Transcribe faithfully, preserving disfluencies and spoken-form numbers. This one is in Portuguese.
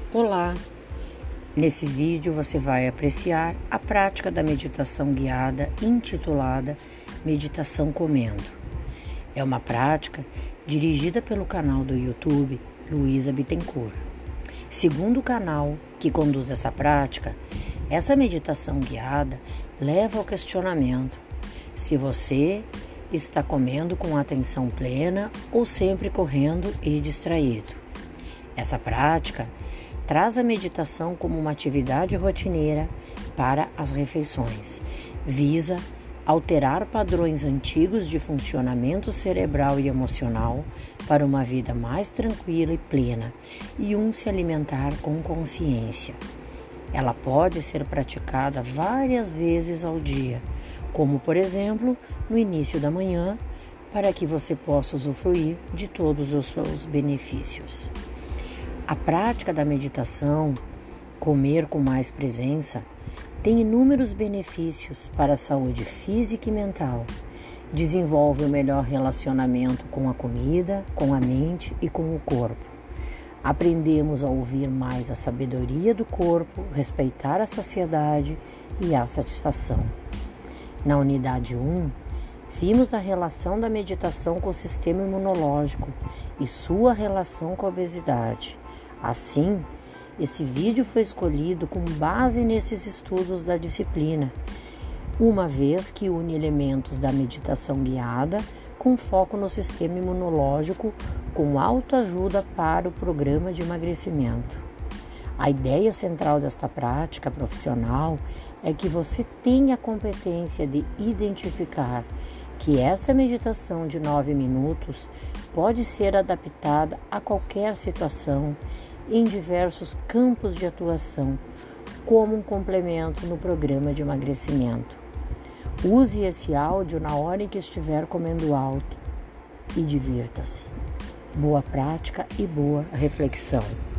Olá! Nesse vídeo você vai apreciar a prática da meditação guiada intitulada Meditação Comendo. É uma prática dirigida pelo canal do YouTube Luísa Bittencourt. Segundo o canal que conduz essa prática, essa meditação guiada leva ao questionamento se você está comendo com atenção plena ou sempre correndo e distraído. Essa prática traz a meditação como uma atividade rotineira para as refeições. Visa alterar padrões antigos de funcionamento cerebral e emocional para uma vida mais tranquila e plena e um se alimentar com consciência. Ela pode ser praticada várias vezes ao dia, como por exemplo no início da manhã, para que você possa usufruir de todos os seus benefícios. A prática da meditação, comer com mais presença, tem inúmeros benefícios para a saúde física e mental. Desenvolve o melhor relacionamento com a comida, com a mente e com o corpo. Aprendemos a ouvir mais a sabedoria do corpo, respeitar a saciedade e a satisfação. Na unidade um, vimos a relação da meditação com o sistema imunológico e sua relação com a obesidade. Assim, esse vídeo foi escolhido com base nesses estudos da disciplina, uma vez que une elementos da meditação guiada com foco no sistema imunológico com autoajuda para o programa de emagrecimento. A ideia central desta prática profissional é que você tenha a competência de identificar que essa meditação de nove minutos pode ser adaptada a qualquer situação em diversos campos de atuação, como um complemento no programa de emagrecimento. Use esse áudio na hora em que estiver comendo alto e divirta-se. Boa prática e boa reflexão.